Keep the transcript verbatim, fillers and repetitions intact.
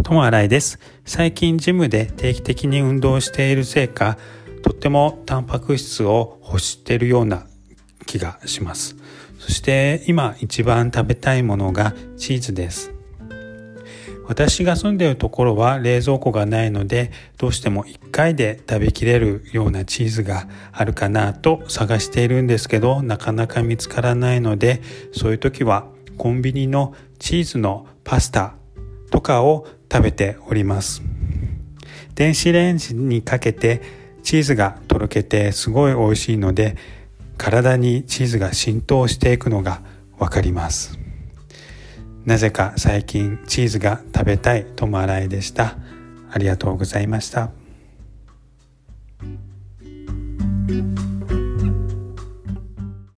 友新井です。最近ジムで定期的に運動しているせいか、とってもタンパク質を欲しているような気がします。そして今一番食べたいものがチーズです。私が住んでいるところは冷蔵庫がないので、どうしてもいっかいで食べきれるようなチーズがあるかなと探しているんですけど、なかなか見つからないので、そういう時はコンビニのチーズのパスタとかを食べております。電子レンジにかけてチーズがとろけてすごい美味しいので、体にチーズが浸透していくのがわかります。なぜか最近チーズが食べたい友新井でした。ありがとうございました。